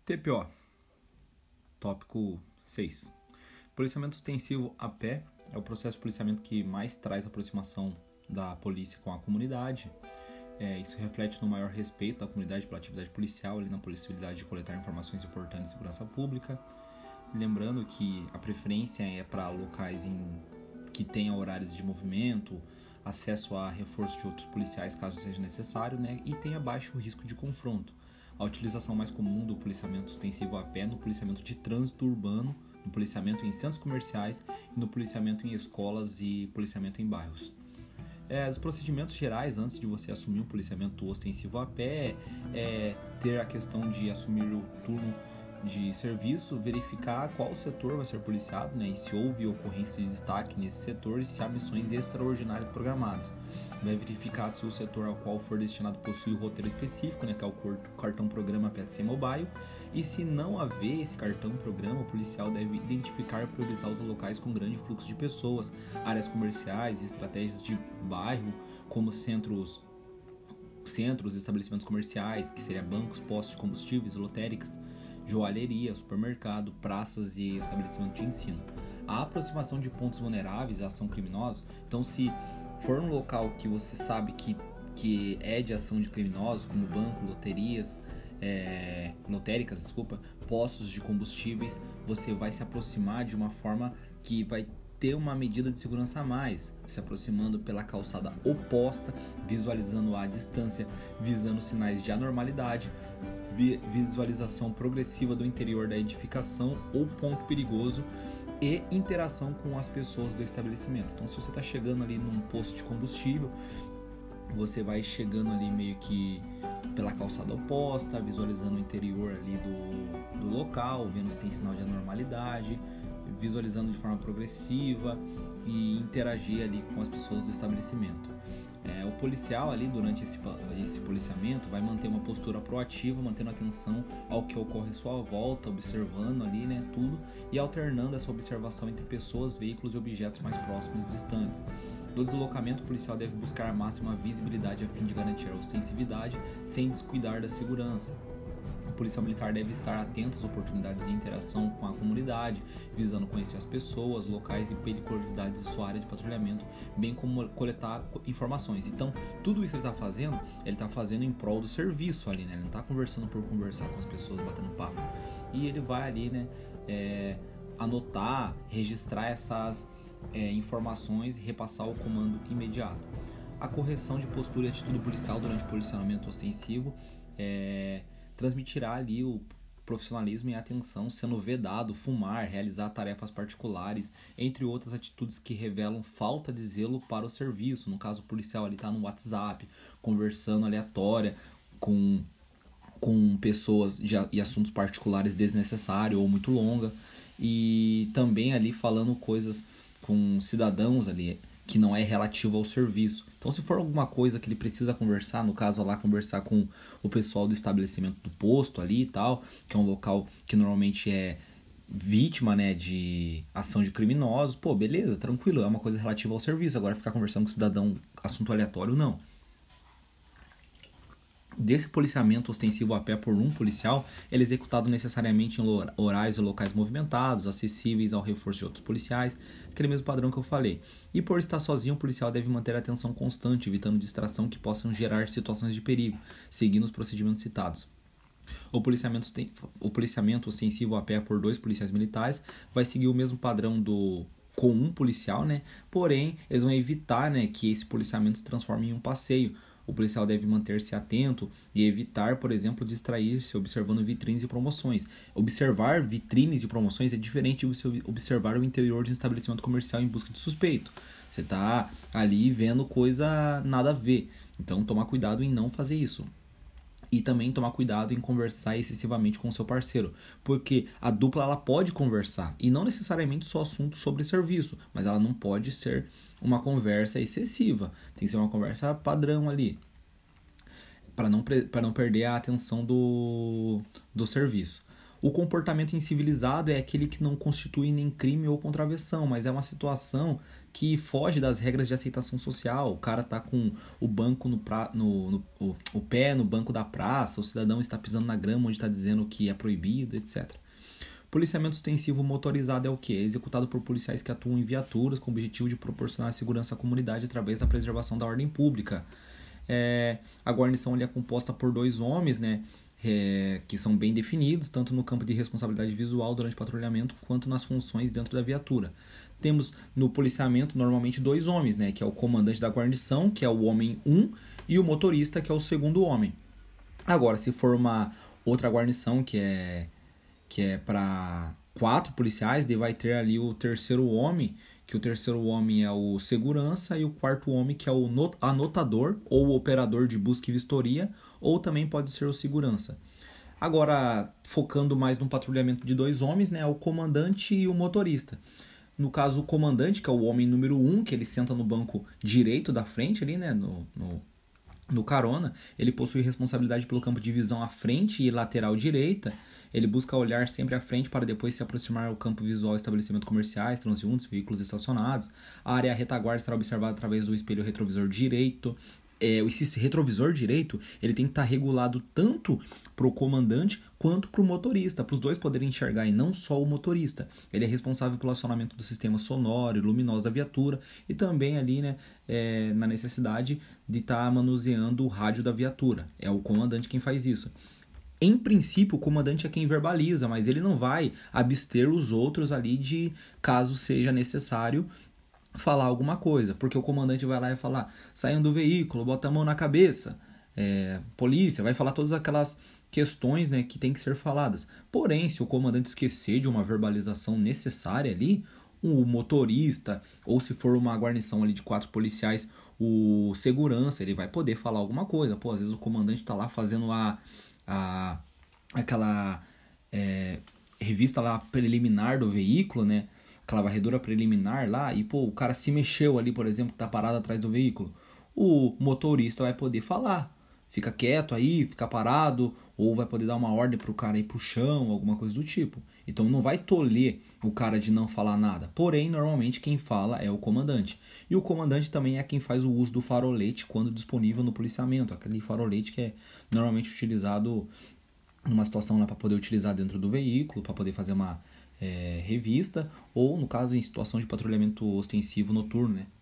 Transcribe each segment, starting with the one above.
TPO, tópico 6. Policiamento ostensivo a pé é o processo de policiamento que mais traz aproximação da polícia com a comunidade. Isso reflete no maior respeito da comunidade pela atividade policial, ali na possibilidade de coletar informações importantes de segurança pública. Lembrando que a preferência é para locais que tenham horários de movimento, acesso a reforço de outros policiais caso seja necessário, né? E tenha baixo risco de confronto. A utilização mais comum do policiamento ostensivo a pé no policiamento de trânsito urbano, no policiamento em centros comerciais e no policiamento em escolas e policiamento em bairros. Os procedimentos gerais antes de você assumir um policiamento ostensivo a pé é ter a questão de assumir o turno de serviço, verificar qual setor vai ser policiado, né, e se houve ocorrência de destaque nesse setor e se há missões extraordinárias programadas. Vai verificar se o setor ao qual for destinado possui o roteiro específico, né, que é o cartão programa PSC Mobile, e se não haver esse cartão programa, o policial deve identificar e priorizar os locais com grande fluxo de pessoas, áreas comerciais, estratégias de bairro, como centros, estabelecimentos comerciais, que seriam bancos, postos de combustíveis, lotéricas, joalheria, supermercado, praças e estabelecimento de ensino. A aproximação de pontos vulneráveis à ação criminosa, então se for um local que você sabe que é de ação de criminosos, como banco, lotéricas, postos de combustíveis, você vai se aproximar de uma forma que vai ter uma medida de segurança a mais, se aproximando pela calçada oposta, visualizando a distância, visando sinais de anormalidade, visualização progressiva do interior da edificação ou ponto perigoso e interação com as pessoas do estabelecimento. Então, se você está chegando ali num posto de combustível, você vai chegando ali meio que pela calçada oposta, visualizando o interior ali do local, vendo se tem sinal de anormalidade, visualizando de forma progressiva e interagir ali com as pessoas do estabelecimento. O policial ali durante esse policiamento vai manter uma postura proativa, mantendo atenção ao que ocorre à sua volta, observando ali, né, tudo e alternando essa observação entre pessoas, veículos e objetos mais próximos e distantes. No deslocamento, o policial deve buscar a máxima visibilidade a fim de garantir a ostensividade sem descuidar da segurança. O policial militar deve estar atento às oportunidades de interação com a comunidade, visando conhecer as pessoas, locais e periculosidades de sua área de patrulhamento, bem como coletar informações. Então, tudo isso que ele está fazendo em prol do serviço ali, né? Ele não está conversando por conversar com as pessoas, batendo papo. E ele vai ali, né, anotar, registrar essas informações e repassar ao comando imediato. A correção de postura e atitude policial durante o policiamento ostensivo transmitirá ali o profissionalismo e a atenção, sendo vedado fumar, realizar tarefas particulares, entre outras atitudes que revelam falta de zelo para o serviço. No caso, o policial ali está no WhatsApp, conversando aleatória com pessoas e assuntos particulares desnecessários ou muito longa, e também ali falando coisas com cidadãos ali que não é relativo ao serviço. Então, se for alguma coisa que ele precisa conversar, no caso lá, conversar com o pessoal do estabelecimento do posto ali e tal, que é um local que normalmente é vítima, né, de ação de criminosos, beleza, tranquilo, é uma coisa relativa ao serviço. Agora, ficar conversando com o cidadão, assunto aleatório, não. Desse policiamento ostensivo a pé por um policial, ele é executado necessariamente em horários e locais movimentados, acessíveis ao reforço de outros policiais, aquele mesmo padrão que eu falei. E por estar sozinho, o policial deve manter a atenção constante, evitando distração que possam gerar situações de perigo, seguindo os procedimentos citados. O policiamento ostensivo a pé por dois policiais militares vai seguir o mesmo padrão com um policial, né? Porém, eles vão evitar, né, que esse policiamento se transforme em um passeio. O policial deve manter-se atento e evitar, por exemplo, distrair-se observando vitrines e promoções. Observar vitrines e promoções é diferente de você observar o interior de um estabelecimento comercial em busca de suspeito. Você está ali vendo coisa nada a ver. Então, tomar cuidado em não fazer isso. E também tomar cuidado em conversar excessivamente com o seu parceiro. Porque a dupla ela pode conversar. E não necessariamente só assunto sobre serviço. Mas ela não pode ser uma conversa excessiva. Tem que ser uma conversa padrão ali. Para não perder a atenção do serviço. O comportamento incivilizado é aquele que não constitui nem crime ou contravenção, mas é uma situação que foge das regras de aceitação social. O cara tá com o banco o pé no banco da praça, o cidadão está pisando na grama onde está dizendo que é proibido, etc. Policiamento ostensivo motorizado é o quê? É executado por policiais que atuam em viaturas com o objetivo de proporcionar segurança à comunidade através da preservação da ordem pública. A guarnição ali é composta por 2 homens, né? Que são bem definidos, tanto no campo de responsabilidade visual durante o patrulhamento, quanto nas funções dentro da viatura. Temos no policiamento normalmente 2 homens, né? Que é o comandante da guarnição, que é o homem 1, e o motorista, que é o segundo homem. Agora, se for uma outra guarnição que é para 4 policiais, daí vai ter ali o terceiro homem, que o terceiro homem é o segurança, e o quarto homem que é o anotador ou o operador de busca e vistoria, ou também pode ser o segurança. Agora, focando mais no patrulhamento de 2 homens, né, o comandante e o motorista. No caso, o comandante, que é o homem número 1, que ele senta no banco direito da frente ali, né, no carona, ele possui responsabilidade pelo campo de visão à frente e lateral direita. Ele busca olhar sempre à frente para depois se aproximar ao campo visual de estabelecimentos comerciais, transeuntes, veículos estacionados. A área retaguarda será observada através do espelho retrovisor direito. Esse retrovisor direito ele tem que estar regulado tanto para o comandante quanto para o motorista, para os dois poderem enxergar, e não só o motorista. Ele é responsável pelo acionamento do sistema sonoro e luminoso da viatura, e também ali, né, na necessidade de estar manuseando o rádio da viatura. É o comandante quem faz isso. Em princípio, o comandante é quem verbaliza, mas ele não vai abster os outros ali de, caso seja necessário, falar alguma coisa. Porque o comandante vai lá e falar, saiam do veículo, bota a mão na cabeça, polícia, vai falar todas aquelas questões, né, que tem que ser faladas. Porém, se o comandante esquecer de uma verbalização necessária ali, o motorista, ou se for uma guarnição ali de 4 policiais, o segurança, ele vai poder falar alguma coisa. Pô, às vezes o comandante está lá fazendo aquela revista lá preliminar do veículo, né? Aquela varredura preliminar lá, e pô, o cara se mexeu ali, por exemplo, que tá parado atrás do veículo. O motorista vai poder falar, fica quieto aí, fica parado, ou vai poder dar uma ordem pro cara ir pro chão, alguma coisa do tipo. Então não vai tolher o cara de não falar nada. Porém, normalmente quem fala é o comandante. E o comandante também é quem faz o uso do farolete quando disponível no policiamento. Aquele farolete que é normalmente utilizado numa situação lá para poder utilizar dentro do veículo, para poder fazer uma revista, ou no caso em situação de patrulhamento ostensivo noturno, né?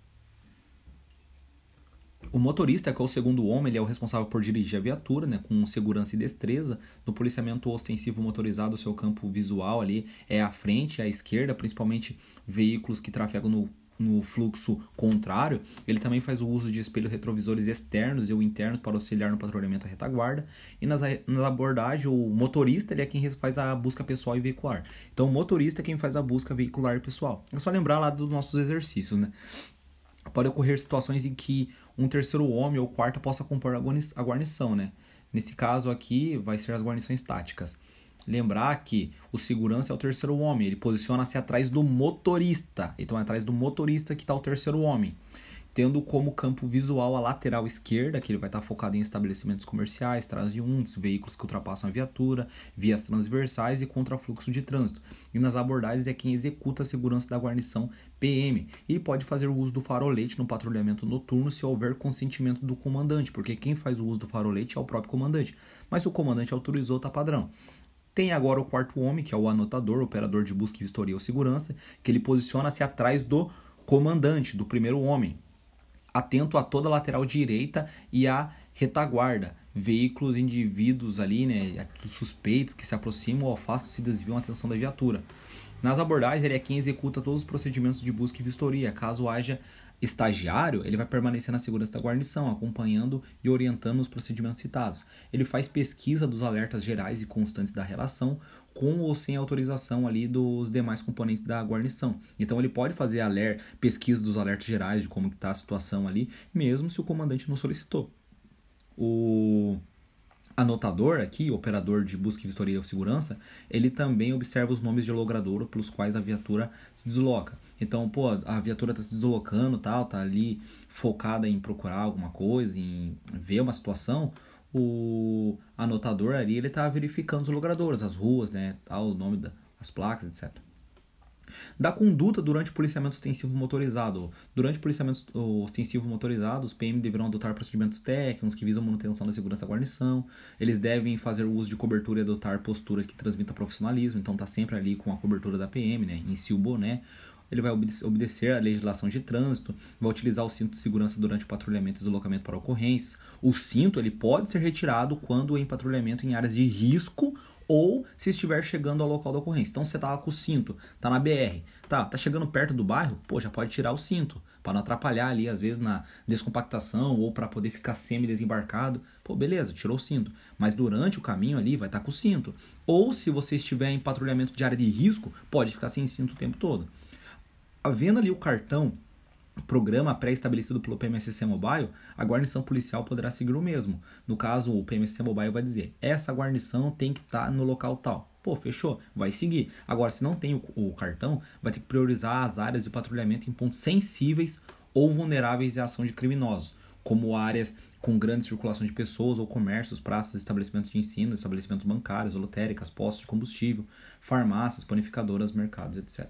O motorista, que é o segundo homem, ele é o responsável por dirigir a viatura, né, com segurança e destreza. No policiamento ostensivo motorizado, o seu campo visual ali é à frente e à esquerda, principalmente veículos que trafegam no fluxo contrário. Ele também faz o uso de espelhos retrovisores externos e internos para auxiliar no patrulhamento à retaguarda. E nas abordagens, o motorista ele é quem faz a busca pessoal e veicular. Então, o motorista é quem faz a busca veicular e pessoal. É só lembrar lá dos nossos exercícios, né? Pode ocorrer situações em que um terceiro homem ou quarto possa compor a guarnição, né? Nesse caso aqui, vai ser as guarnições táticas. Lembrar que o segurança é o terceiro homem, ele posiciona-se atrás do motorista. Então é atrás do motorista que está o terceiro homem. Tendo como campo visual a lateral esquerda, que ele vai estar focado em estabelecimentos comerciais, transeuntes, veículos que ultrapassam a viatura, vias transversais e contrafluxo de trânsito. E nas abordagens é quem executa a segurança da guarnição PM. E pode fazer o uso do farolete no patrulhamento noturno se houver consentimento do comandante, porque quem faz o uso do farolete é o próprio comandante. Mas se o comandante autorizou, tá padrão. Tem agora o quarto homem, que é o anotador, operador de busca e vistoria ou segurança, que ele posiciona-se atrás do comandante, do primeiro homem, atento a toda a lateral direita e a retaguarda. Veículos, indivíduos ali, né, suspeitos que se aproximam ou afastam se desviam a atenção da viatura. Nas abordagens, ele é quem executa todos os procedimentos de busca e vistoria. Caso haja estagiário, ele vai permanecer na segurança da guarnição, acompanhando e orientando os procedimentos citados. Ele faz pesquisa dos alertas gerais e constantes da relação, com ou sem autorização ali dos demais componentes da guarnição. Então ele pode fazer pesquisa dos alertas gerais de como está a situação ali, mesmo se o comandante não solicitou. O anotador aqui, operador de busca e vistoria ou segurança, ele também observa os nomes de logradouro pelos quais a viatura se desloca. Então, pô, a viatura está se deslocando, tal, tá ali focada em procurar alguma coisa, em ver uma situação. o anotador ali, ele tá verificando os logradouros, as ruas, né, tal, o nome das placas, etc. Da conduta durante o policiamento ostensivo motorizado. Durante o policiamento ostensivo motorizado, os PM deverão adotar procedimentos técnicos que visam a manutenção da segurança da guarnição. Eles devem fazer o uso de cobertura e adotar postura que transmita profissionalismo. Então tá sempre ali com a cobertura da PM, né? Em si o boné. Ele vai obedecer à legislação de trânsito, vai utilizar o cinto de segurança durante o patrulhamento e deslocamento para ocorrências. O cinto ele pode ser retirado quando em patrulhamento em áreas de risco ou se estiver chegando ao local da ocorrência. Então você tá lá com o cinto, tá na BR, tá chegando perto do bairro, pô, já pode tirar o cinto, para não atrapalhar ali, às vezes, na descompactação ou para poder ficar semi-desembarcado. Pô, beleza, tirou o cinto. Mas durante o caminho ali vai estar com o cinto. Ou se você estiver em patrulhamento de área de risco, pode ficar sem cinto o tempo todo. Havendo ali o cartão, programa pré-estabelecido pelo PMSC Mobile, a guarnição policial poderá seguir o mesmo. No caso, o PMSC Mobile vai dizer, essa guarnição tem que estar no local tal. Pô, fechou, vai seguir. Agora, se não tem o cartão, vai ter que priorizar as áreas de patrulhamento em pontos sensíveis ou vulneráveis à ação de criminosos, como áreas com grande circulação de pessoas ou comércios, praças, estabelecimentos de ensino, estabelecimentos bancários, lotéricas, postos de combustível, farmácias, panificadoras, mercados, etc.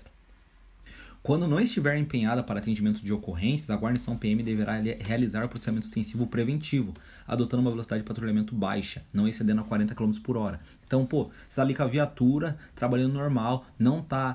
Quando não estiver empenhada para atendimento de ocorrências, a guarnição PM deverá realizar o processamento extensivo preventivo, adotando uma velocidade de patrulhamento baixa, não excedendo a 40 km por hora. Então, pô, você está ali com a viatura, trabalhando normal, não está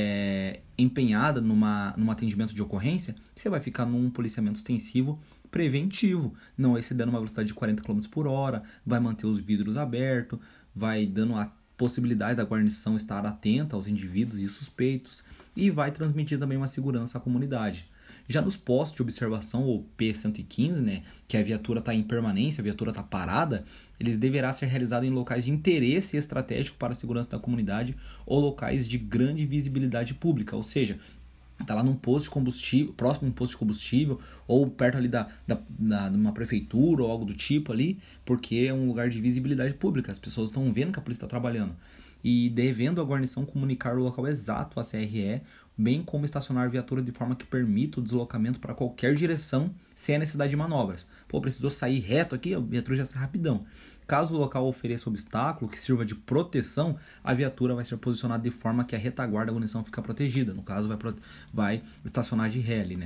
empenhada num atendimento de ocorrência, você vai ficar num policiamento extensivo preventivo, não excedendo uma velocidade de 40 km por hora, vai manter os vidros abertos, vai dando a possibilidade da guarnição estar atenta aos indivíduos e suspeitos e vai transmitir também uma segurança à comunidade. Já nos postos de observação, ou P115, né, que a viatura está em permanência, a viatura está parada, eles deverá ser realizados em locais de interesse estratégico para a segurança da comunidade ou locais de grande visibilidade pública, ou seja, tá lá num posto de combustível, próximo de um posto de combustível, ou perto ali de uma prefeitura ou algo do tipo ali, porque é um lugar de visibilidade pública, as pessoas estão vendo que a polícia está trabalhando. E devendo a guarnição comunicar o local exato à CRE, bem como estacionar a viatura de forma que permita o deslocamento para qualquer direção sem a necessidade de manobras. Pô, precisou sair reto aqui, a viatura já sai rapidão. Caso o local ofereça obstáculo que sirva de proteção, a viatura vai ser posicionada de forma que a retaguarda da guarnição fica protegida. No caso, vai estacionar de ré ali, né?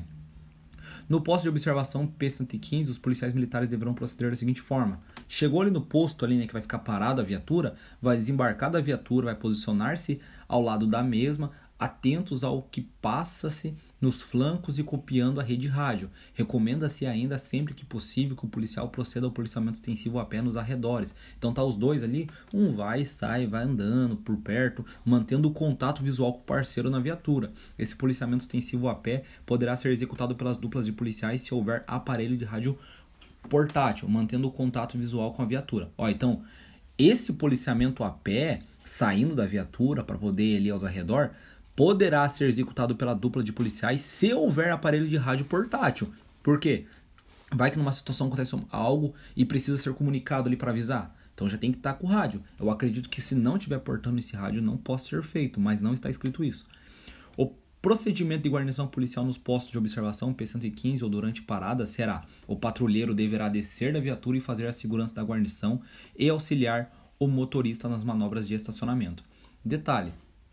No posto de observação P115, os policiais militares deverão proceder da seguinte forma. Chegou ali no posto ali, né, que vai ficar parado a viatura, vai desembarcar da viatura, vai posicionar-se ao lado da mesma, atentos ao que passa-se nos flancos e copiando a rede rádio. Recomenda-se ainda, sempre que possível, que o policial proceda ao policiamento extensivo a pé nos arredores. Então tá os dois ali, um vai e sai, vai andando por perto, mantendo o contato visual com o parceiro na viatura. Esse policiamento extensivo a pé poderá ser executado pelas duplas de policiais se houver aparelho de rádio portátil, mantendo o contato visual com a viatura. Ó, então, esse policiamento a pé, saindo da viatura para poder ir ali aos arredores, poderá ser executado pela dupla de policiais se houver aparelho de rádio portátil. Por quê? Vai que numa situação acontece algo e precisa ser comunicado ali para avisar. Então já tem que estar com o rádio. Eu acredito que se não tiver portando esse rádio não possa ser feito, mas não está escrito isso. O procedimento de guarnição policial nos postos de observação P115 ou durante parada será: o patrulheiro deverá descer da viatura e fazer a segurança da guarnição e auxiliar o motorista nas manobras de estacionamento. Detalhe: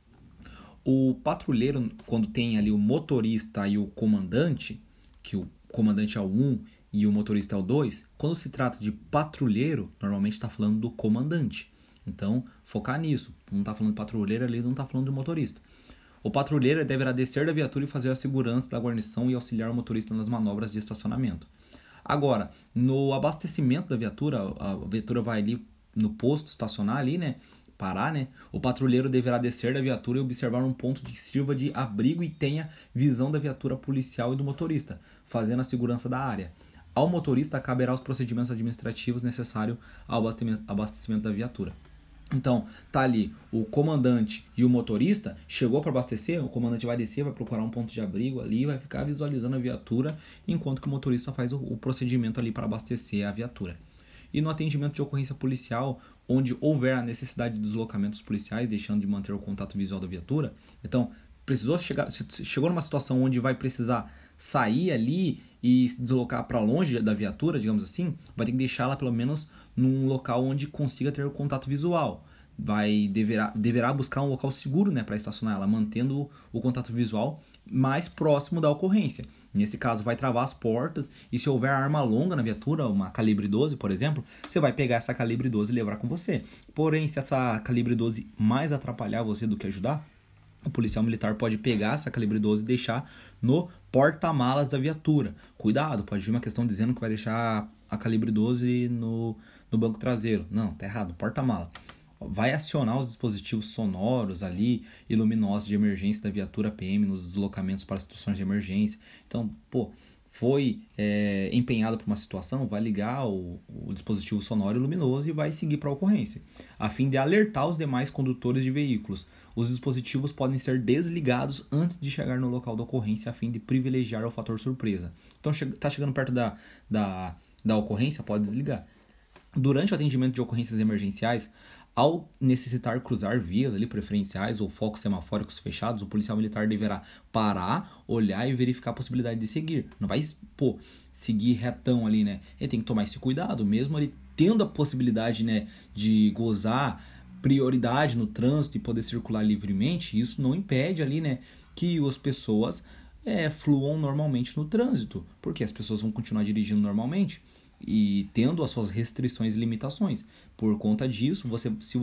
o patrulheiro, quando tem ali o motorista e o comandante, que o comandante é o 1 e o motorista é o 2, quando se trata de patrulheiro, normalmente está falando do comandante. Então, focar nisso. Não está falando de patrulheiro ali, não está falando do motorista. O patrulheiro deverá descer da viatura e fazer a segurança da guarnição e auxiliar o motorista nas manobras de estacionamento. Agora, no abastecimento da viatura, a viatura vai ali no posto, estacionar ali, né? Parar, né? O patrulheiro deverá descer da viatura e observar um ponto que sirva de abrigo e tenha visão da viatura policial e do motorista, fazendo a segurança da área. Ao motorista caberá os procedimentos administrativos necessários ao abastecimento da viatura. Então, tá ali o comandante e o motorista, chegou para abastecer, o comandante vai descer, vai procurar um ponto de abrigo ali e vai ficar visualizando a viatura, enquanto que o motorista faz o procedimento ali para abastecer a viatura. E no atendimento de ocorrência policial, onde houver a necessidade de deslocamentos policiais, deixando de manter o contato visual da viatura, então, chegou numa situação onde vai precisar sair ali e se deslocar para longe da viatura, digamos assim, vai ter que deixar ela pelo menos num local onde consiga ter contato visual. Deverá buscar um local seguro, né, para estacionar ela, mantendo o contato visual mais próximo da ocorrência. Nesse caso, vai travar as portas, e se houver arma longa na viatura, uma calibre 12, por exemplo, você vai pegar essa calibre 12 e levar com você. Porém, se essa calibre 12 mais atrapalhar você do que ajudar, o policial militar pode pegar essa calibre 12 e deixar no porta-malas da viatura. Cuidado, pode vir uma questão dizendo que vai deixar a calibre 12 no banco traseiro. Não, tá errado, porta-mala. Vai acionar os dispositivos sonoros ali e luminosos de emergência da viatura PM nos deslocamentos para situações de emergência. Então, foi empenhado por uma situação, vai ligar o dispositivo sonoro e luminoso e vai seguir para a ocorrência, a fim de alertar os demais condutores de veículos. Os dispositivos podem ser desligados antes de chegar no local da ocorrência, a fim de privilegiar o fator surpresa. Então, está chegando perto da ocorrência, pode desligar. Durante o atendimento de ocorrências emergenciais, ao necessitar cruzar vias ali preferenciais ou focos semafóricos fechados, o policial militar deverá parar, olhar e verificar a possibilidade de seguir. Não vai, seguir retão ali, né? Ele tem que tomar esse cuidado, mesmo ele tendo a possibilidade, né, de gozar prioridade no trânsito e poder circular livremente. Isso não impede ali, né, que as pessoas fluam normalmente no trânsito, porque as pessoas vão continuar dirigindo normalmente e tendo as suas restrições e limitações. Por conta disso, se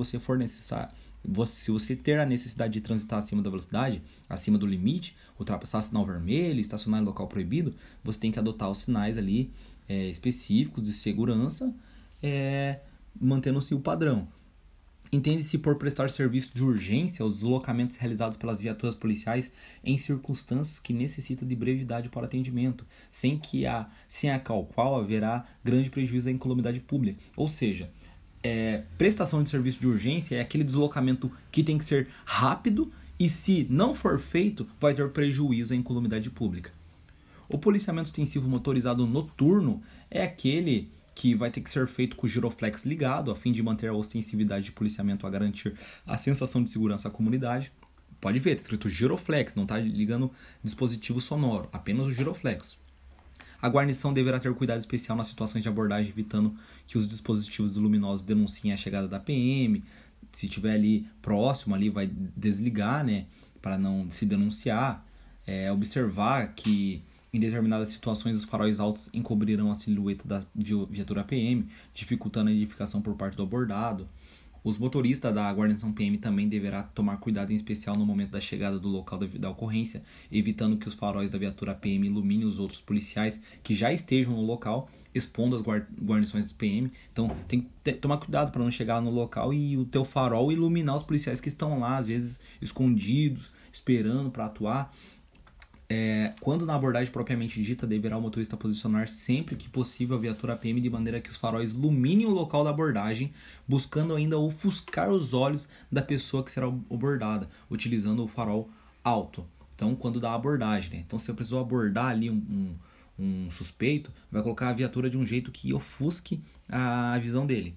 você ter a necessidade de transitar acima da velocidade, acima do limite, ultrapassar sinal vermelho, estacionar em local proibido, você tem que adotar os sinais ali específicos de segurança, mantendo-se o padrão. Entende-se por prestar serviço de urgência os deslocamentos realizados pelas viaturas policiais em circunstâncias que necessitam de brevidade para atendimento, sem a qual haverá grande prejuízo à incolumidade pública. Ou seja, prestação de serviço de urgência é aquele deslocamento que tem que ser rápido e, se não for feito, vai ter prejuízo à incolumidade pública. O policiamento ostensivo motorizado noturno é aquele que vai ter que ser feito com o giroflex ligado, a fim de manter a ostensividade de policiamento a garantir a sensação de segurança à comunidade. Pode ver, está escrito giroflex, não está ligando dispositivo sonoro, apenas o giroflex. A guarnição deverá ter cuidado especial nas situações de abordagem, evitando que os dispositivos luminosos denunciem a chegada da PM. Se estiver ali próximo, ali vai desligar, né, para não se denunciar. Observar que em determinadas situações, os faróis altos encobrirão a silhueta da viatura PM, dificultando a identificação por parte do abordado. Os motoristas da guarnição PM também deverá tomar cuidado em especial no momento da chegada do local da ocorrência, evitando que os faróis da viatura PM iluminem os outros policiais que já estejam no local, expondo as guarnições PM. Então, tem que tomar cuidado para não chegar no local e o teu farol iluminar os policiais que estão lá, às vezes escondidos, esperando para atuar. Quando na abordagem propriamente dita, deverá o motorista posicionar sempre que possível a viatura PM de maneira que os faróis iluminem o local da abordagem, buscando ainda ofuscar os olhos da pessoa que será abordada, utilizando o farol alto. Então, quando dá a abordagem, né? Então, se eu precisar abordar ali um suspeito, vai colocar a viatura de um jeito que ofusque a visão dele.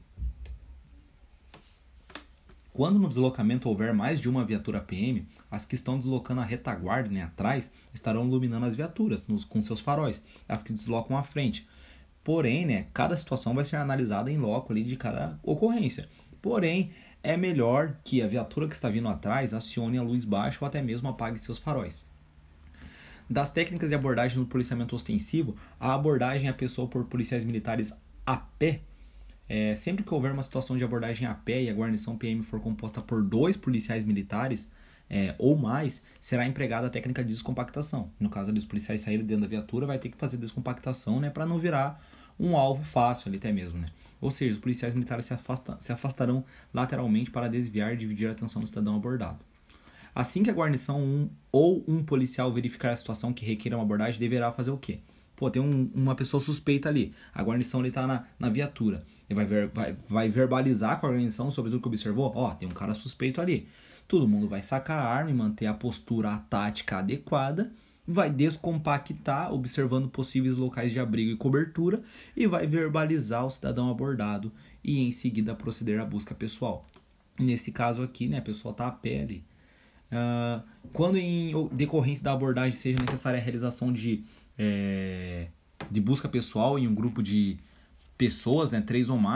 Quando no deslocamento houver mais de uma viatura PM, as que estão deslocando a retaguarda, né, atrás, estarão iluminando as viaturas com seus faróis, as que deslocam à frente. Porém, né, cada situação vai ser analisada em loco ali de cada ocorrência. Porém, é melhor que a viatura que está vindo atrás acione a luz baixa ou até mesmo apague seus faróis. Das técnicas de abordagem no policiamento ostensivo, a abordagem à pessoa por policiais militares a pé. Sempre que houver uma situação de abordagem a pé e a guarnição PM for composta por 2 policiais militares ou mais, será empregada a técnica de descompactação. No caso ali, os policiais saírem dentro da viatura, vai ter que fazer descompactação, né, para não virar um alvo fácil ali até mesmo, né? Ou seja, os policiais militares se afastarão lateralmente para desviar e dividir a atenção do cidadão abordado. Assim que a guarnição ou um policial verificar a situação que requer uma abordagem, deverá fazer o quê? Tem uma pessoa suspeita ali, a guarnição ali está na viatura. Ele vai verbalizar com a guarnição sobre tudo que observou. Tem um cara suspeito ali. Todo mundo vai sacar a arma e manter a postura tática adequada. Vai descompactar, observando possíveis locais de abrigo e cobertura. E vai verbalizar o cidadão abordado e em seguida proceder à busca pessoal. Nesse caso aqui, né, a pessoa está a pé ali. Quando em decorrência da abordagem seja necessária a realização de busca pessoal em um grupo de pessoas, né, 3 ou mais,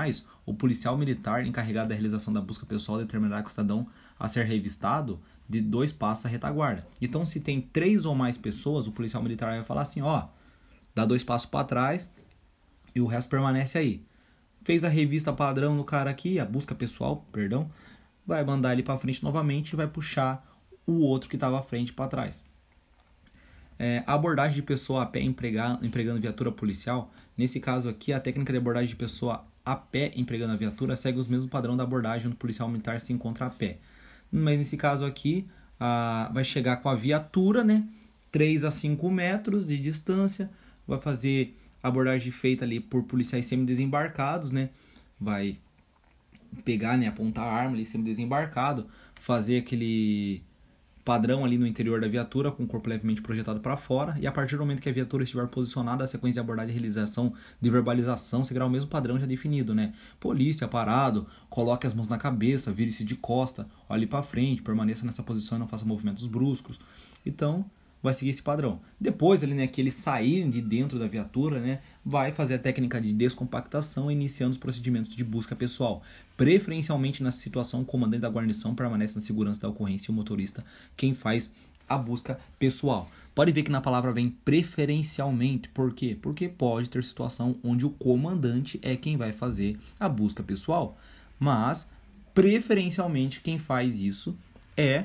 o policial militar encarregado da realização da busca pessoal determinará que o cidadão a ser revistado de 2 passos à retaguarda. Então, se tem 3 ou mais pessoas, o policial militar vai falar assim, ó, dá 2 passos para trás e o resto permanece aí. Fez a revista padrão no cara aqui, a busca pessoal, perdão, vai mandar ele para frente novamente e vai puxar o outro que estava à frente para trás. A abordagem de pessoa a pé empregando viatura policial, nesse caso aqui, a técnica de abordagem de pessoa a pé empregando a viatura segue os mesmos padrões da abordagem onde o policial militar se encontra a pé. Mas nesse caso aqui, vai chegar com a viatura, né, 3 a 5 metros de distância, vai fazer a abordagem feita ali por policiais semi-desembarcados, né, vai pegar, né, apontar a arma ali semi-desembarcado, fazer aquele padrão ali no interior da viatura com o corpo levemente projetado para fora, e a partir do momento que a viatura estiver posicionada, a sequência de abordagem e realização de verbalização seguirá o mesmo padrão já definido, né? Polícia, parado, coloque as mãos na cabeça, vire-se de costa, olhe para frente, permaneça nessa posição e não faça movimentos bruscos. Então, vai seguir esse padrão. Depois, ali, né, que eles saírem de dentro da viatura, né, vai fazer a técnica de descompactação, iniciando os procedimentos de busca pessoal. Preferencialmente, nessa situação, o comandante da guarnição permanece na segurança da ocorrência e o motorista quem faz a busca pessoal. Pode ver que na palavra vem preferencialmente. Por quê? Porque pode ter situação onde o comandante é quem vai fazer a busca pessoal. Mas, preferencialmente, quem faz isso é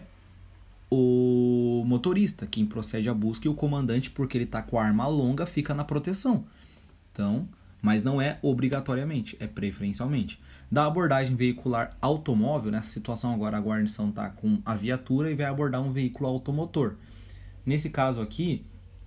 o motorista, quem procede à busca, e o comandante, porque ele está com a arma longa, fica na proteção. Então, mas não é obrigatoriamente, é preferencialmente. Da abordagem veicular automóvel, nessa situação agora a guarnição está com a viatura e vai abordar um veículo automotor. Nesse caso aqui,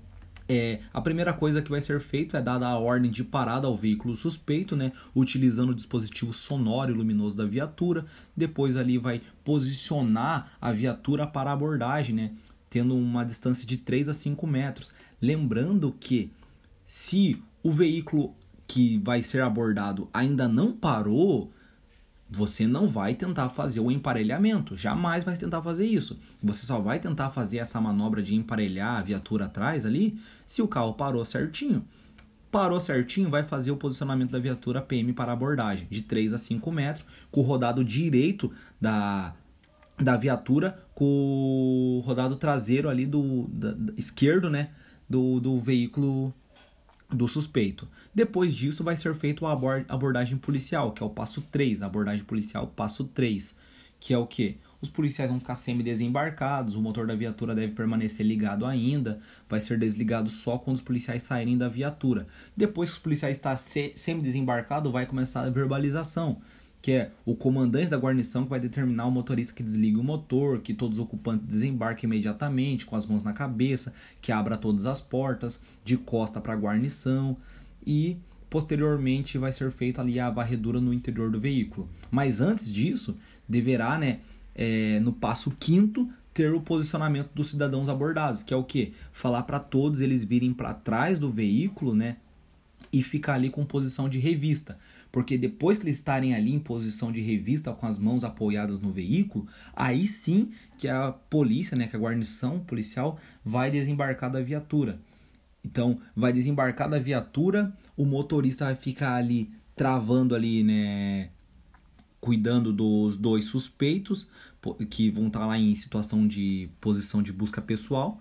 a primeira coisa que vai ser feito é dada a ordem de parada ao veículo suspeito, né, utilizando o dispositivo sonoro e luminoso da viatura. Depois ali vai posicionar a viatura para a abordagem, né, tendo uma distância de 3 a 5 metros. Lembrando que se o veículo que vai ser abordado ainda não parou, você não vai tentar fazer o emparelhamento, jamais vai tentar fazer isso. Você só vai tentar fazer essa manobra de emparelhar a viatura atrás ali se o carro parou certinho. Parou certinho, vai fazer o posicionamento da viatura PM para abordagem, de 3 a 5 metros, com o rodado direito da viatura, com o rodado traseiro ali esquerdo, né, do veículo do suspeito. Depois disso vai ser feita a abordagem policial, que é o passo 3, a abordagem policial passo 3, que é o quê? Os policiais vão ficar semi-desembarcados, o motor da viatura deve permanecer ligado ainda, vai ser desligado só quando os policiais saírem da viatura. Depois que os policiais estão semi-desembarcados, vai começar a verbalização, que é o comandante da guarnição que vai determinar o motorista que desligue o motor, que todos os ocupantes desembarquem imediatamente, com as mãos na cabeça, que abra todas as portas, de costa para a guarnição, e posteriormente vai ser feita ali a varredura no interior do veículo. Mas antes disso, deverá, né, no passo 5º, ter o posicionamento dos cidadãos abordados, que é o quê? Falar para todos eles virem para trás do veículo, né, e ficar ali com posição de revista, porque depois que eles estarem ali em posição de revista com as mãos apoiadas no veículo, aí sim que a polícia, né, que a guarnição policial vai desembarcar da viatura. Então, vai desembarcar da viatura, o motorista vai ficar ali travando ali, né, cuidando dos 2 suspeitos que vão estar lá em situação de posição de busca pessoal,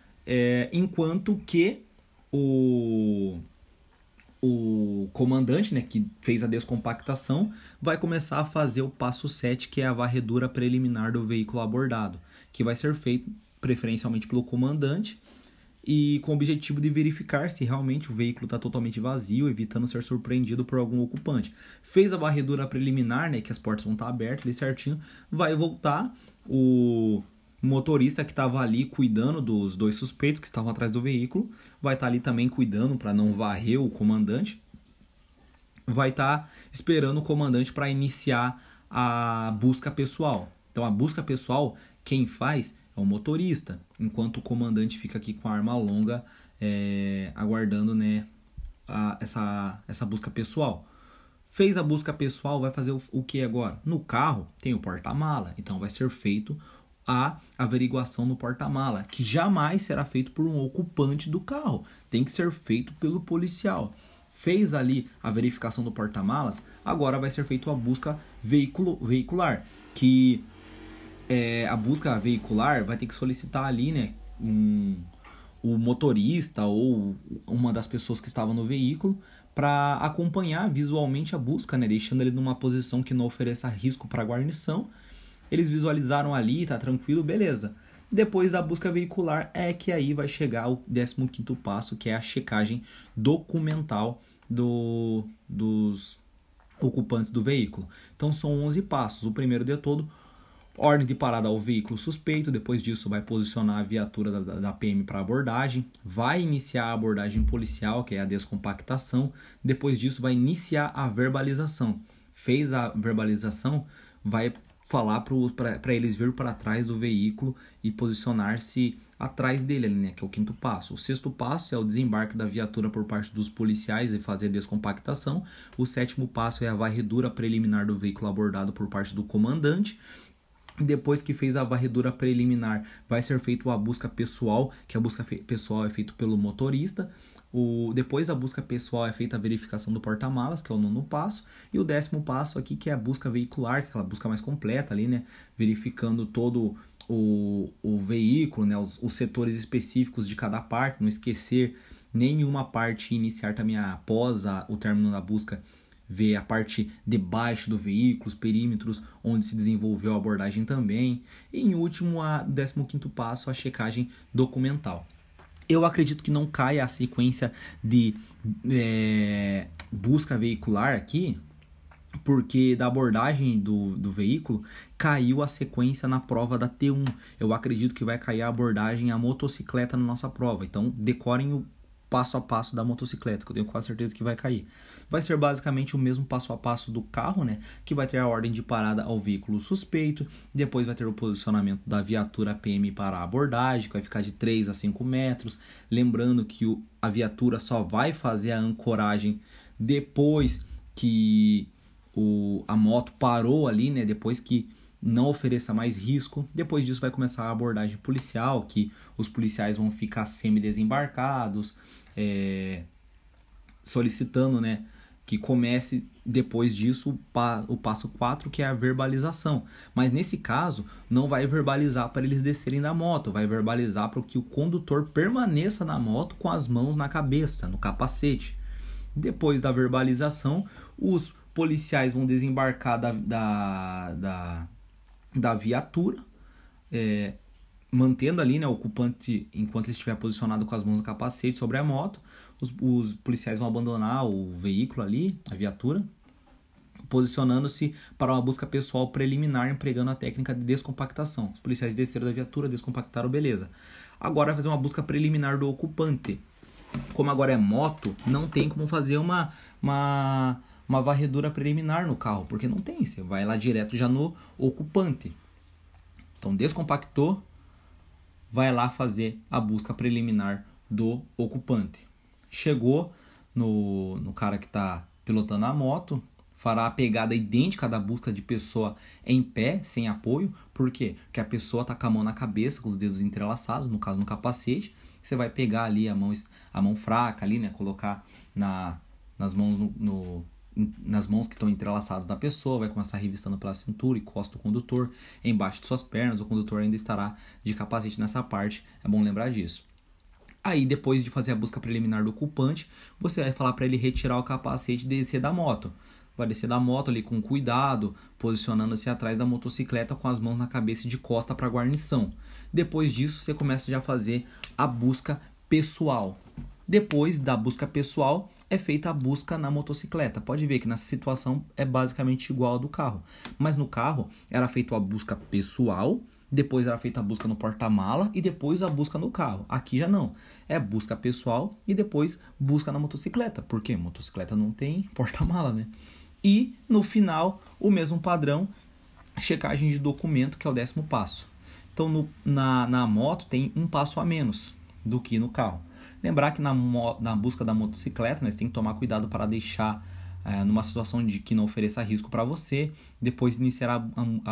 enquanto que o comandante, né, que fez a descompactação, vai começar a fazer o passo 7, que é a varredura preliminar do veículo abordado, que vai ser feito preferencialmente pelo comandante e com o objetivo de verificar se realmente o veículo está totalmente vazio, evitando ser surpreendido por algum ocupante. Fez a varredura preliminar, né, que as portas vão estar abertas ali certinho, vai voltar o motorista que estava ali cuidando dos 2 suspeitos que estavam atrás do veículo, vai estar ali também cuidando para não varrer o comandante, vai estar esperando o comandante para iniciar a busca pessoal. Então a busca pessoal, quem faz é o motorista, enquanto o comandante fica aqui com a arma longa, aguardando, né, essa busca pessoal. Fez a busca pessoal, vai fazer o que agora? No carro tem o porta-mala, então vai ser feito a averiguação no porta-mala, que jamais será feito por um ocupante do carro, tem que ser feito pelo policial. fez ali a verificação do porta-malas, agora vai ser feita a busca veicular, que a busca veicular vai ter que solicitar ali, né, o motorista ou uma das pessoas que estavam no veículo para acompanhar visualmente a busca, né, deixando ele numa posição que não ofereça risco para a guarnição. Eles visualizaram ali, tá tranquilo, beleza. Depois da busca veicular é que aí vai chegar o 15º passo, que é a checagem documental dos ocupantes do veículo. Então são 11 passos. O primeiro de todo, ordem de parada ao veículo suspeito. Depois disso vai posicionar a viatura da PM para abordagem. Vai iniciar a abordagem policial, que é a descompactação. Depois disso vai iniciar a verbalização. Fez a verbalização, vai falar para eles vir para trás do veículo e posicionar-se atrás dele, né, que é o 5º passo. O 6º passo é o desembarque da viatura por parte dos policiais e fazer a descompactação. O 7º passo é a varredura preliminar do veículo abordado por parte do comandante. Depois que fez a varredura preliminar, vai ser feita a busca pessoal, que a busca pessoal é feita pelo motorista. Depois da busca pessoal é feita a verificação do porta-malas, que é o 9º passo. E o 10º passo aqui, que é a busca veicular, que é aquela busca mais completa ali, né? Verificando todo o veículo, né? Os setores específicos de cada parte, não esquecer nenhuma parte e iniciar também após o término da busca, ver a parte de baixo do veículo, os perímetros onde se desenvolveu a abordagem também. E em último, o 15º passo, a checagem documental. Eu acredito que não caia a sequência de busca veicular aqui, porque da abordagem do veículo caiu a sequência na prova da T1. Eu acredito que vai cair a abordagem à motocicleta na nossa prova. Então decorem o passo a passo da motocicleta, que eu tenho quase certeza que vai cair. Vai ser basicamente o mesmo passo a passo do carro, né? Que vai ter a ordem de parada ao veículo suspeito, depois vai ter o posicionamento da viatura PM para a abordagem, que vai ficar de 3 a 5 metros. Lembrando que a viatura só vai fazer a ancoragem depois que a moto parou ali, né? Depois que não ofereça mais risco. Depois disso vai começar a abordagem policial, que os policiais vão ficar semi-desembarcados, solicitando, né, que comece depois disso o passo 4, que é a verbalização. Mas nesse caso, não vai verbalizar para eles descerem da moto, vai verbalizar para que o condutor permaneça na moto com as mãos na cabeça, no capacete. Depois da verbalização, os policiais vão desembarcar da viatura, mantendo ali, né, o ocupante, enquanto ele estiver posicionado com as mãos no capacete sobre a moto. Os policiais vão abandonar o veículo ali, a viatura, posicionando-se para uma busca pessoal preliminar, empregando a técnica de descompactação. Os policiais desceram da viatura, descompactaram, beleza. Agora vai fazer uma busca preliminar do ocupante. Como agora é moto, não tem como fazer uma varredura preliminar no carro, porque não tem, você vai lá direto já no ocupante. Então descompactou, vai lá fazer a busca preliminar do ocupante. Chegou no cara que está pilotando a moto, fará a pegada idêntica da busca de pessoa em pé, sem apoio. Por quê? Porque a pessoa está com a mão na cabeça, com os dedos entrelaçados, no caso no capacete. Você vai pegar ali a mão fraca ali, né? Colocar nas mãos nas mãos que estão entrelaçadas da pessoa, vai começar revistando pela cintura, encosta o condutor embaixo de suas pernas. O condutor ainda estará de capacete nessa parte, é bom lembrar disso. Aí, depois de fazer a busca preliminar do ocupante, você vai falar para ele retirar o capacete e descer da moto. Vai descer da moto ali com cuidado, posicionando-se atrás da motocicleta com as mãos na cabeça e de costa para a guarnição. Depois disso, você começa já a fazer a busca pessoal. Depois da busca pessoal, é feita a busca na motocicleta. Pode ver que nessa situação é basicamente igual ao do carro. Mas no carro era feita a busca pessoal, depois era feita a busca no porta-mala e depois a busca no carro. Aqui já não. É busca pessoal e depois busca na motocicleta. Por quê? Motocicleta não tem porta-mala, né? E no final, o mesmo padrão, checagem de documento, que é o 10º passo. Então na moto tem um passo a menos do que no carro. Lembrar que na busca da motocicleta, né, você tem que tomar cuidado para deixar numa situação de que não ofereça risco para você. Depois iniciar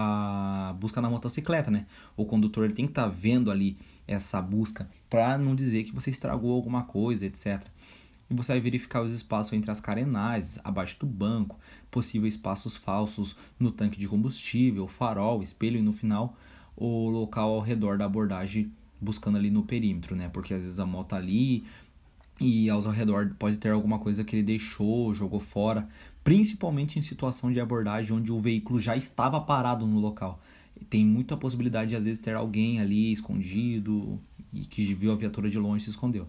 a busca na motocicleta, né? O condutor ele tem que estar vendo ali essa busca para não dizer que você estragou alguma coisa, etc. e você vai verificar os espaços entre as carenagens, abaixo do banco, possíveis espaços falsos no tanque de combustível, farol, espelho e no final o local ao redor da abordagem, buscando ali no perímetro, né? Porque às vezes a moto tá ali e ao redor pode ter alguma coisa que ele deixou, jogou fora, principalmente em situação de abordagem onde o veículo já estava parado no local. Tem muita possibilidade de às vezes ter alguém ali escondido e que viu a viatura de longe e se escondeu.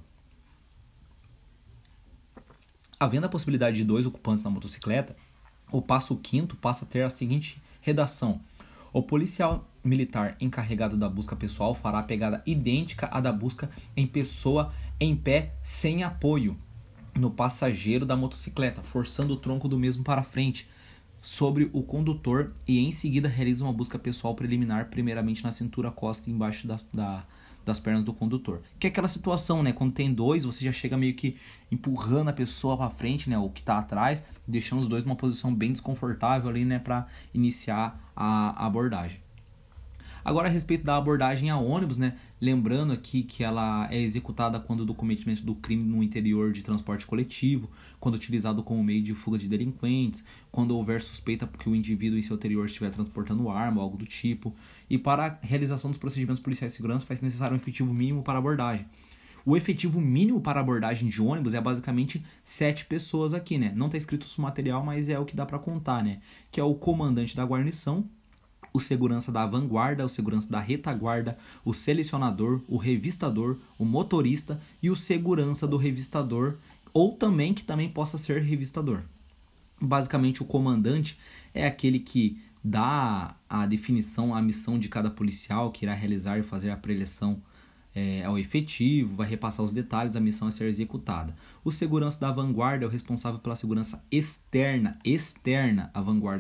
Havendo a possibilidade de 2 ocupantes na motocicleta, o passo 5º passa a ter a seguinte redação: o policial militar encarregado da busca pessoal fará a pegada idêntica à da busca em pessoa em pé sem apoio no passageiro da motocicleta, forçando o tronco do mesmo para frente sobre o condutor e em seguida realiza uma busca pessoal preliminar, primeiramente na cintura, costa e embaixo das pernas do condutor. Que é aquela situação, né? Quando tem 2, você já chega meio que empurrando a pessoa para frente, né? O que está atrás, deixando os 2 numa posição bem desconfortável ali, né? Para iniciar a abordagem. Agora, a respeito da abordagem a ônibus, né? Lembrando aqui que ela é executada quando do cometimento do crime no interior de transporte coletivo, quando utilizado como meio de fuga de delinquentes, quando houver suspeita que o indivíduo em seu interior estiver transportando arma ou algo do tipo. E para a realização dos procedimentos policiais de segurança faz necessário um efetivo mínimo para abordagem. O efetivo mínimo para abordagem de ônibus é basicamente 7 pessoas aqui, né? Não está escrito isso no material, mas é o que dá para contar, né? Que é o comandante da guarnição, o segurança da vanguarda, o segurança da retaguarda, o selecionador, o revistador, o motorista e o segurança do revistador, ou também que também possa ser revistador. Basicamente, o comandante é aquele que dá a definição, a missão de cada policial que irá realizar e fazer a preleção ao efetivo, vai repassar os detalhes, a missão a ser executada. O segurança da vanguarda é o responsável pela segurança externa à vanguarda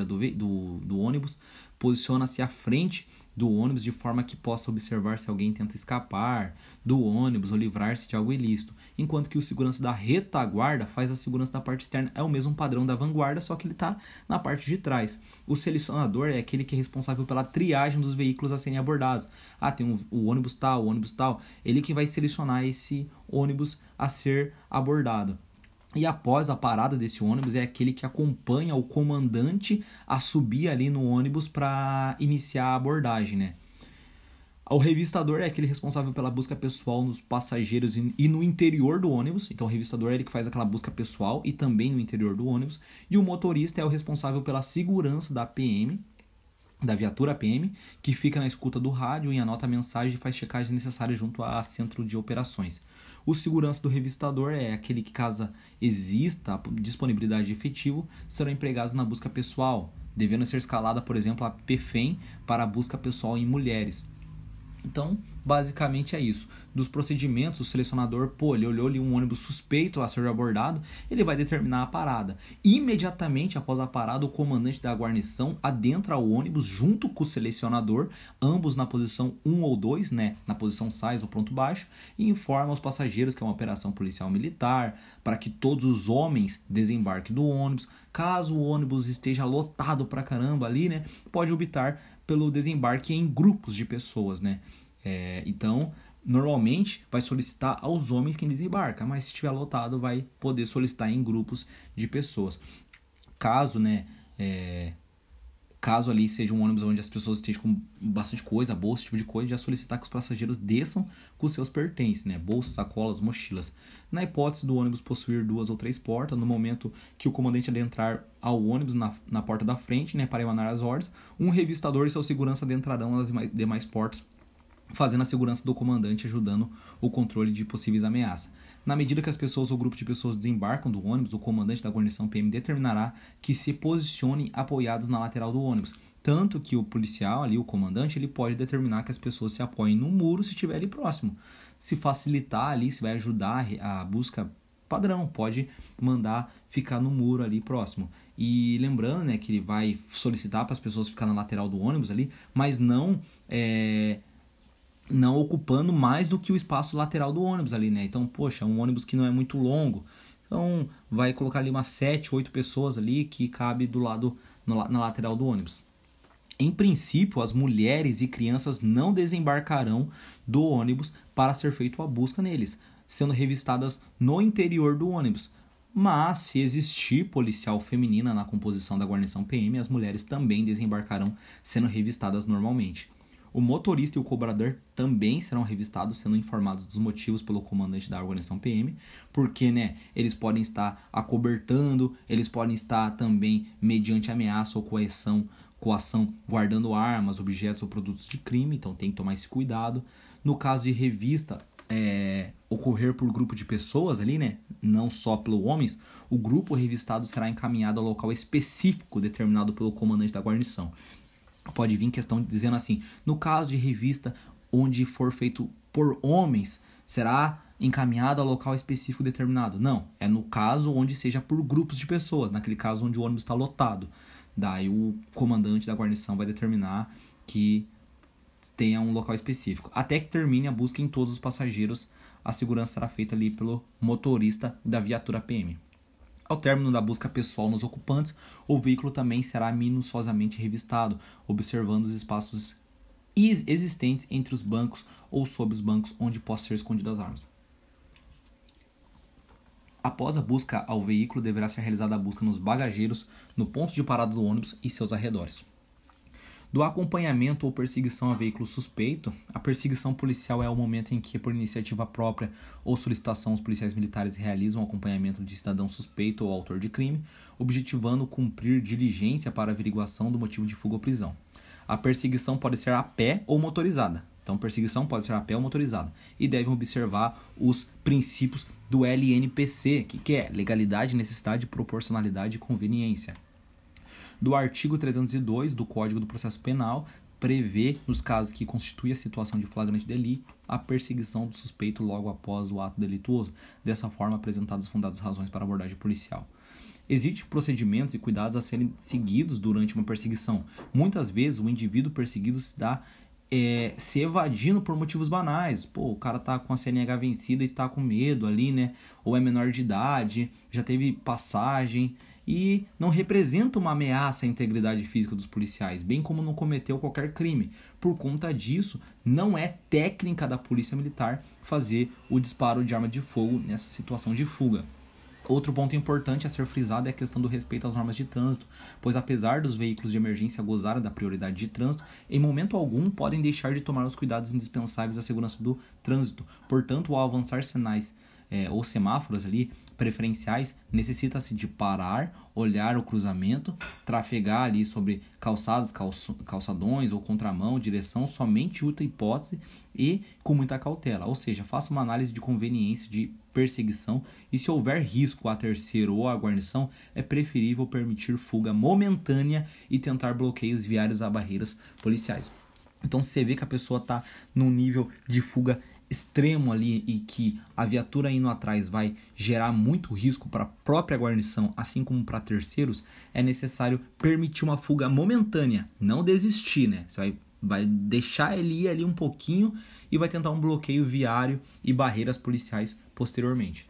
do ônibus, posiciona-se à frente do ônibus de forma que possa observar se alguém tenta escapar do ônibus ou livrar-se de algo ilícito, enquanto que o segurança da retaguarda faz a segurança da parte externa, é o mesmo padrão da vanguarda, só que ele está na parte de trás. O selecionador é aquele que é responsável pela triagem dos veículos a serem abordados. Tem o ônibus tal, ele que vai selecionar esse ônibus a ser abordado. E após a parada desse ônibus é aquele que acompanha o comandante a subir ali no ônibus para iniciar a abordagem, né? O revistador é aquele responsável pela busca pessoal nos passageiros e no interior do ônibus. Então o revistador é ele que faz aquela busca pessoal e também no interior do ônibus. E o motorista é o responsável pela segurança da PM, da viatura PM, que fica na escuta do rádio e anota a mensagem e faz checagem necessária junto a centro de operações. O segurança do revistador é aquele que, caso exista a disponibilidade de efetivo, serão empregados na busca pessoal, devendo ser escalada, por exemplo, a PFEM para a busca pessoal em mulheres. Então, basicamente é isso. Dos procedimentos, o selecionador, ele olhou ali um ônibus suspeito a ser abordado, ele vai determinar a parada. Imediatamente após a parada, o comandante da guarnição adentra o ônibus junto com o selecionador, ambos na posição 1 ou 2, né, na posição sais ou pronto baixo, e informa aos passageiros que é uma operação policial militar, para que todos os homens desembarquem do ônibus. Caso o ônibus esteja lotado pra caramba ali, né, pode optar pelo desembarque em grupos de pessoas, né? Então, normalmente vai solicitar aos homens quem desembarca, mas se estiver lotado vai poder solicitar em grupos de pessoas. Caso ali seja um ônibus onde as pessoas estejam com bastante coisa, bolsa, esse tipo de coisa, já solicitar que os passageiros desçam com seus pertences, né? Bolsas, sacolas, mochilas. Na hipótese do ônibus possuir 2 ou 3 portas, no momento que o comandante adentrar ao ônibus na porta da frente, né, para emanar as ordens, um revistador e seu segurança adentrarão nas demais portas, fazendo a segurança do comandante, ajudando o controle de possíveis ameaças. Na medida que as pessoas ou grupo de pessoas desembarcam do ônibus, o comandante da guarnição PM determinará que se posicionem apoiados na lateral do ônibus. Tanto que o policial, ali, o comandante, ele pode determinar que as pessoas se apoiem no muro se estiver ali próximo. Se facilitar ali, se vai ajudar a busca padrão, pode mandar ficar no muro ali próximo. E lembrando, né, que ele vai solicitar para as pessoas ficar na lateral do ônibus ali, mas não ocupando mais do que o espaço lateral do ônibus ali, né? Então, um ônibus que não é muito longo, então vai colocar ali umas 7, 8 pessoas ali que cabe do lado na lateral do ônibus. Em princípio, as mulheres e crianças não desembarcarão do ônibus para ser feita a busca neles, sendo revistadas no interior do ônibus. mas se existir policial feminina na composição da guarnição PM, as mulheres também desembarcarão sendo revistadas normalmente. O motorista e o cobrador também serão revistados, sendo informados dos motivos pelo comandante da guarnição PM, porque, né, eles podem estar acobertando, eles podem estar também, mediante ameaça ou coação, guardando armas, objetos ou produtos de crime, então tem que tomar esse cuidado. No caso de revista ocorrer por grupo de pessoas ali, né, não só pelos homens, o grupo revistado será encaminhado ao local específico determinado pelo comandante da guarnição. Pode vir questão dizendo assim, no caso de revista onde for feito por homens, será encaminhado ao local específico determinado. Não, é no caso onde seja por grupos de pessoas, naquele caso onde o ônibus está lotado. Daí o comandante da guarnição vai determinar que tenha um local específico. Até que termine a busca em todos os passageiros, a segurança será feita ali pelo motorista da viatura PM. Ao término da busca pessoal nos ocupantes, o veículo também será minuciosamente revistado, observando os espaços existentes entre os bancos ou sob os bancos onde possam ser escondidas as armas. Após a busca ao veículo, deverá ser realizada a busca nos bagageiros, no ponto de parada do ônibus e seus arredores. Do acompanhamento ou perseguição a veículo suspeito, a perseguição policial é o momento em que, por iniciativa própria ou solicitação, os policiais militares realizam o acompanhamento de cidadão suspeito ou autor de crime, objetivando cumprir diligência para averiguação do motivo de fuga ou prisão. A perseguição pode ser a pé ou motorizada. Então, perseguição pode ser a pé ou motorizada. E devem observar os princípios do LNPC, que é legalidade, necessidade, proporcionalidade e conveniência. Do artigo 302 do Código do Processo Penal, prevê, nos casos que constitui a situação de flagrante delito, a perseguição do suspeito logo após o ato delituoso, dessa forma apresentadas fundadas razões para abordagem policial. Existem procedimentos e cuidados a serem seguidos durante uma perseguição. Muitas vezes o indivíduo perseguido se evadindo por motivos banais. O cara tá com a CNH vencida e tá com medo ali, né? Ou é menor de idade, já teve passagem e não representa uma ameaça à integridade física dos policiais, bem como não cometeu qualquer crime. Por conta disso, não é técnica da polícia militar fazer o disparo de arma de fogo nessa situação de fuga. Outro ponto importante a ser frisado é a questão do respeito às normas de trânsito, pois apesar dos veículos de emergência gozarem da prioridade de trânsito, em momento algum podem deixar de tomar os cuidados indispensáveis à segurança do trânsito. Portanto, ao avançar sinais ou semáforos ali preferenciais, necessita-se de parar, olhar o cruzamento, trafegar ali sobre calçadas, calçadões ou contramão, direção, somente outra hipótese e com muita cautela. Ou seja, faça uma análise de conveniência de perseguição e se houver risco a terceiro ou a guarnição, é preferível permitir fuga momentânea e tentar bloqueios viários a barreiras policiais. Então, se você vê que a pessoa está num nível de fuga extremo ali e que a viatura indo atrás vai gerar muito risco para a própria guarnição, assim como para terceiros, é necessário permitir uma fuga momentânea, não desistir, né? Você vai deixar ele ir ali um pouquinho e vai tentar um bloqueio viário e barreiras policiais posteriormente.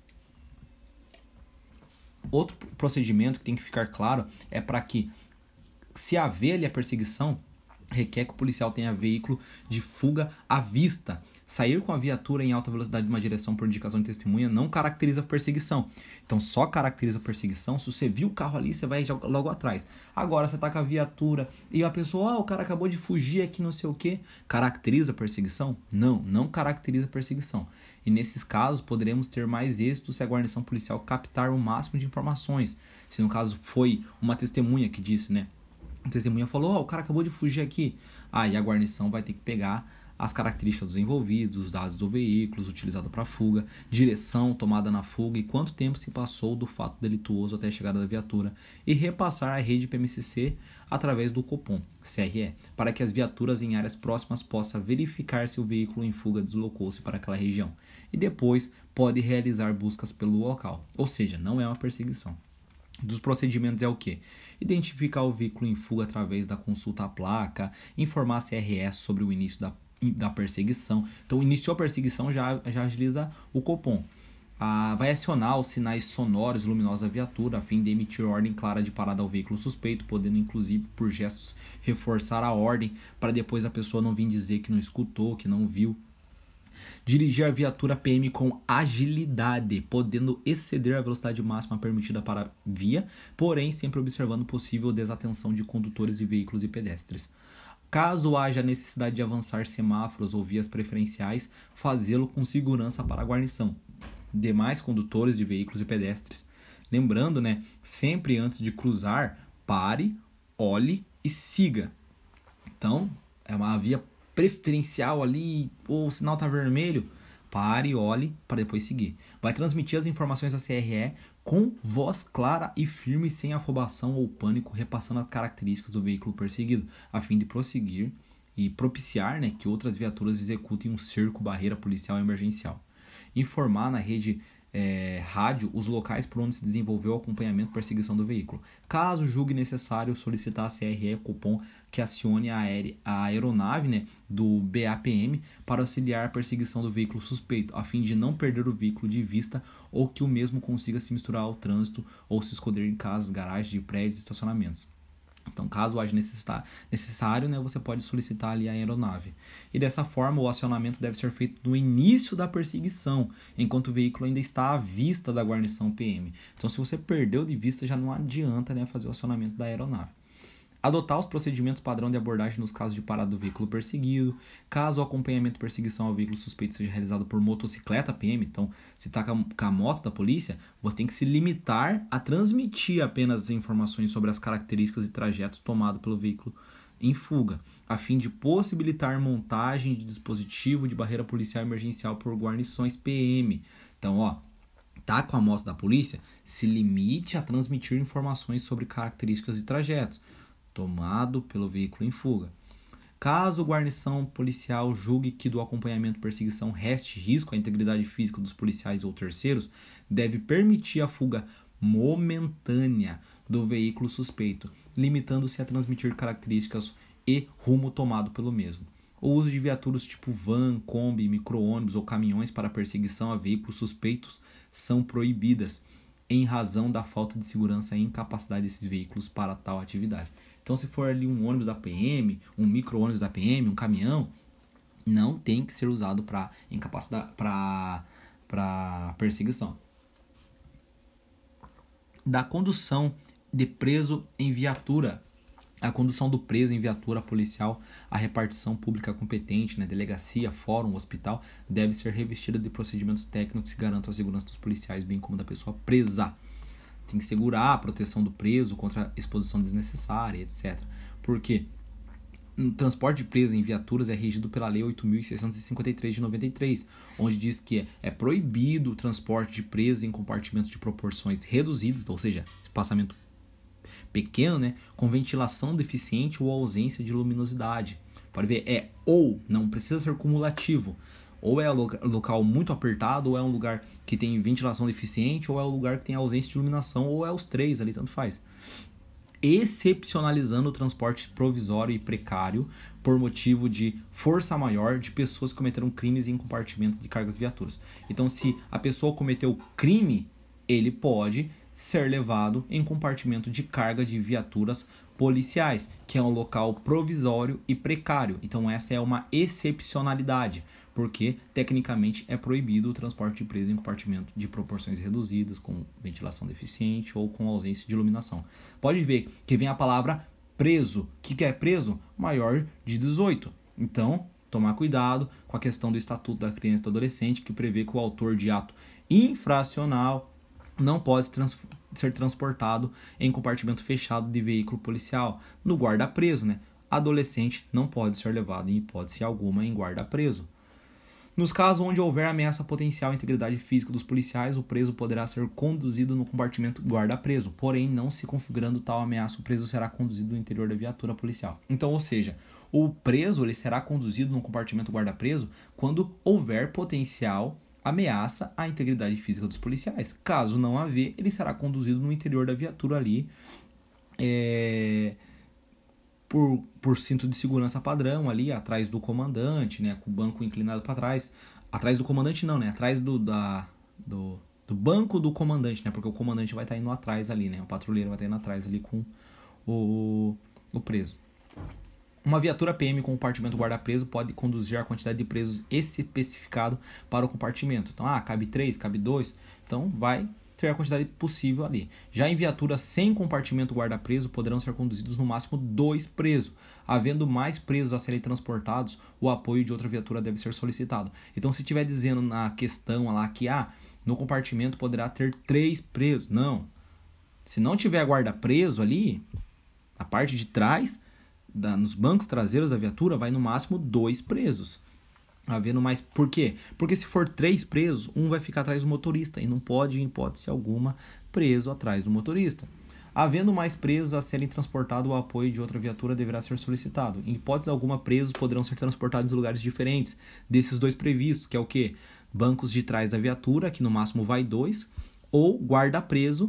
Outro procedimento que tem que ficar claro é para que, se haver ali a perseguição, requer que o policial tenha veículo de fuga à vista. Sair com a viatura em alta velocidade de uma direção por indicação de testemunha não caracteriza perseguição. Então só caracteriza perseguição se você viu o carro ali, você vai logo atrás. Agora você tá com a viatura e a pessoa, o cara acabou de fugir aqui, não sei o que, caracteriza perseguição? Não caracteriza perseguição. E nesses casos poderemos ter mais êxito se a guarnição policial captar o máximo de informações. Se no caso foi uma testemunha que disse, né? A testemunha falou, o cara acabou de fugir aqui. E a guarnição vai ter que pegar as características dos envolvidos, os dados do veículo utilizado para fuga, direção tomada na fuga e quanto tempo se passou do fato delituoso até a chegada da viatura e repassar a rede PMCC através do Copom, CRE, para que as viaturas em áreas próximas possam verificar se o veículo em fuga deslocou-se para aquela região e depois pode realizar buscas pelo local, ou seja, não é uma perseguição. Dos procedimentos é o quê? Identificar o veículo em fuga através da consulta à placa, informar a CRS sobre o início da perseguição. Então, iniciou a perseguição, já agiliza o Copom. Vai acionar os sinais sonoros e luminosos da viatura a fim de emitir ordem clara de parada ao veículo suspeito, podendo inclusive por gestos reforçar a ordem para depois a pessoa não vir dizer que não escutou, que não viu. Dirigir a viatura PM com agilidade, podendo exceder a velocidade máxima permitida para a via, porém sempre observando possível desatenção de condutores de veículos e pedestres. Caso haja necessidade de avançar semáforos ou vias preferenciais, fazê-lo com segurança para a guarnição. Demais condutores de veículos e pedestres. Lembrando, sempre antes de cruzar, pare, olhe e siga. Então, é uma via preferencial ali, ou o sinal está vermelho, pare, olhe para depois seguir. Vai transmitir as informações da CRE com voz clara e firme, sem afobação ou pânico, repassando as características do veículo perseguido, a fim de prosseguir e propiciar que outras viaturas executem um cerco, barreira policial emergencial. Informar na rede rádio os locais por onde se desenvolveu o acompanhamento e perseguição do veículo. Caso julgue necessário, solicitar a CRE Copom que acione a aeronave do BAPM para auxiliar a perseguição do veículo suspeito, a fim de não perder o veículo de vista ou que o mesmo consiga se misturar ao trânsito ou se esconder em casas, garagens de prédios e estacionamentos. Então, caso haja necessário, você pode solicitar ali a aeronave. E dessa forma, o acionamento deve ser feito no início da perseguição, enquanto o veículo ainda está à vista da guarnição PM. Então, se você perdeu de vista, já não adianta fazer o acionamento da aeronave. Adotar os procedimentos padrão de abordagem nos casos de parada do veículo perseguido. Caso o acompanhamento e perseguição ao veículo suspeito seja realizado por motocicleta PM, então se está com a moto da polícia, você tem que se limitar a transmitir apenas as informações sobre as características e trajetos tomados pelo veículo em fuga, a fim de possibilitar montagem de dispositivo de barreira policial emergencial por guarnições PM. Então, tá com a moto da polícia, se limite a transmitir informações sobre características e trajetos tomado pelo veículo em fuga. Caso guarnição policial julgue que do acompanhamento e perseguição reste risco à integridade física dos policiais ou terceiros, deve permitir a fuga momentânea do veículo suspeito, limitando-se a transmitir características e rumo tomado pelo mesmo. O uso de viaturas tipo van, Kombi, micro-ônibus ou caminhões para perseguição a veículos suspeitos são proibidas, em razão da falta de segurança e incapacidade desses veículos para tal atividade. Então, se for ali um ônibus da PM, um micro-ônibus da PM, um caminhão, não tem que ser usado para perseguição. Da condução de preso em viatura. A condução do preso em viatura policial, a repartição pública competente, delegacia, fórum, hospital, deve ser revestida de procedimentos técnicos que garantam a segurança dos policiais, bem como da pessoa presa. Tem que segurar a proteção do preso contra exposição desnecessária, etc. Porque o transporte de preso em viaturas é regido pela Lei 8.653 de 93, onde diz que é proibido o transporte de preso em compartimentos de proporções reduzidas, ou seja, espaçamento pequeno, com ventilação deficiente ou ausência de luminosidade. Pode ver, ou, não precisa ser cumulativo. Ou é um local muito apertado, ou é um lugar que tem ventilação deficiente, ou é um lugar que tem ausência de iluminação, ou é os três ali, tanto faz. Excepcionalizando o transporte provisório e precário por motivo de força maior de pessoas que cometeram crimes em compartimento de cargas viaturas. Então, se a pessoa cometeu crime, ele pode ser levado em compartimento de carga de viaturas policiais, que é um local provisório e precário. Então essa é uma excepcionalidade, porque tecnicamente é proibido o transporte de preso em compartimento de proporções reduzidas, com ventilação deficiente ou com ausência de iluminação. Pode ver que vem a palavra preso. O que é preso? Maior de 18. Então, tomar cuidado com a questão do Estatuto da Criança e do Adolescente, que prevê que o autor de ato infracional não pode ser transportado em compartimento fechado de veículo policial. No guarda-preso, adolescente não pode ser levado em hipótese alguma em guarda-preso. Nos casos onde houver ameaça potencial à integridade física dos policiais, o preso poderá ser conduzido no compartimento guarda-preso. Porém, não se configurando tal ameaça, o preso será conduzido no interior da viatura policial. Então, ou seja, o preso ele será conduzido no compartimento guarda-preso quando houver potencial ameaça à integridade física dos policiais. Caso não haver, ele será conduzido no interior da viatura ali, por cinto de segurança padrão ali, atrás do comandante, com o banco inclinado para trás. Atrás do comandante não, atrás do banco do comandante, porque o comandante vai estar indo atrás ali, o patrulheiro vai estar indo atrás ali com o preso. Uma viatura PM com compartimento guarda-preso pode conduzir a quantidade de presos especificado para o compartimento. Então, cabe 3, cabe 2, então vai ter a quantidade possível ali. Já em viaturas sem compartimento guarda-preso, poderão ser conduzidos no máximo 2 presos. Havendo mais presos a serem transportados, o apoio de outra viatura deve ser solicitado. Então, se estiver dizendo na questão lá que no compartimento poderá ter 3 presos, não. Se não tiver guarda-preso ali, a parte de trás, nos bancos traseiros da viatura, vai no máximo 2 presos. Havendo mais. Por quê? Porque se for 3 presos, um vai ficar atrás do motorista e não pode, em hipótese alguma, preso atrás do motorista. Havendo mais presos a serem transportados, o apoio de outra viatura deverá ser solicitado. Em hipótese alguma, presos poderão ser transportados em lugares diferentes desses 2 previstos, que é o quê? Bancos de trás da viatura, que no máximo vai 2, ou guarda-preso,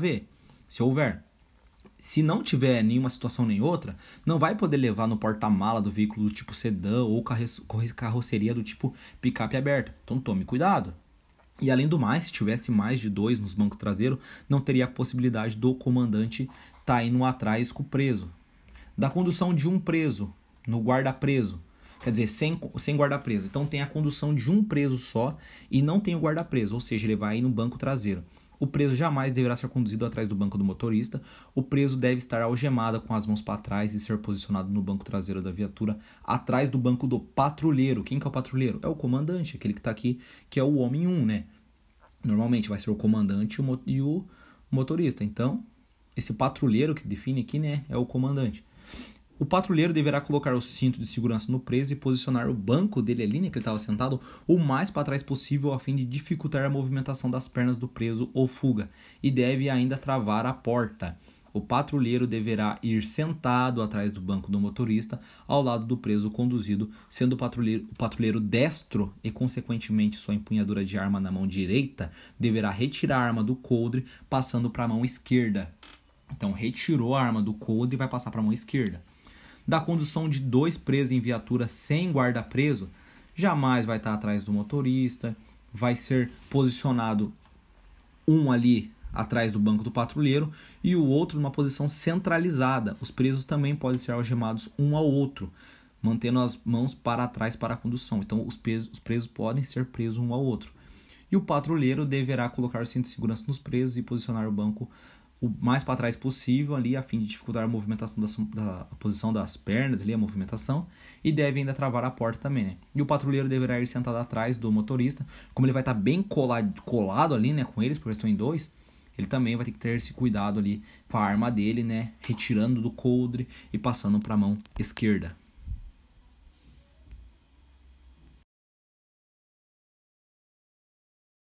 se houver. Se não tiver nenhuma situação nem outra, não vai poder levar no porta-mala do veículo do tipo sedã ou carroceria do tipo picape aberta. Então tome cuidado. E além do mais, se tivesse mais de 2 nos bancos traseiros, não teria a possibilidade do comandante estar indo atrás com o preso. Da condução de um preso no guarda-preso, quer dizer, sem guarda-preso. Então tem a condução de um preso só e não tem o guarda-preso, ou seja, ele vai ir no banco traseiro. O preso jamais deverá ser conduzido atrás do banco do motorista. O preso deve estar algemado com as mãos para trás e ser posicionado no banco traseiro da viatura, atrás do banco do patrulheiro. Quem que é o patrulheiro? É o comandante, aquele que está aqui, que é o homem 1, né? Normalmente vai ser o comandante e o motorista. Então, esse patrulheiro que define aqui, né, é o comandante. O patrulheiro deverá colocar o cinto de segurança no preso e posicionar o banco dele ali, né, que ele estava sentado, o mais para trás possível a fim de dificultar a movimentação das pernas do preso ou fuga. E deve ainda travar a porta. O patrulheiro deverá ir sentado atrás do banco do motorista, ao lado do preso conduzido, sendo o patrulheiro destro e, consequentemente, sua empunhadura de arma na mão direita, deverá retirar a arma do coldre, passando para a mão esquerda. Então, retirou a arma do coldre e vai passar para a mão esquerda. Da condução de 2 presos em viatura sem guarda-preso, jamais vai estar atrás do motorista, vai ser posicionado um ali atrás do banco do patrulheiro e o outro numa posição centralizada. Os presos também podem ser algemados um ao outro, mantendo as mãos para trás para a condução. Então, os presos podem ser presos um ao outro. E o patrulheiro deverá colocar o cinto de segurança nos presos e posicionar o banco o mais para trás possível ali, a fim de dificultar a movimentação da posição das pernas ali, a movimentação, e deve ainda travar a porta também, né? E o patrulheiro deverá ir sentado atrás do motorista, como ele vai estar bem colado ali, né, com eles, porque eles estão em 2, ele também vai ter que ter esse cuidado ali com a arma dele, né, retirando do coldre e passando para a mão esquerda.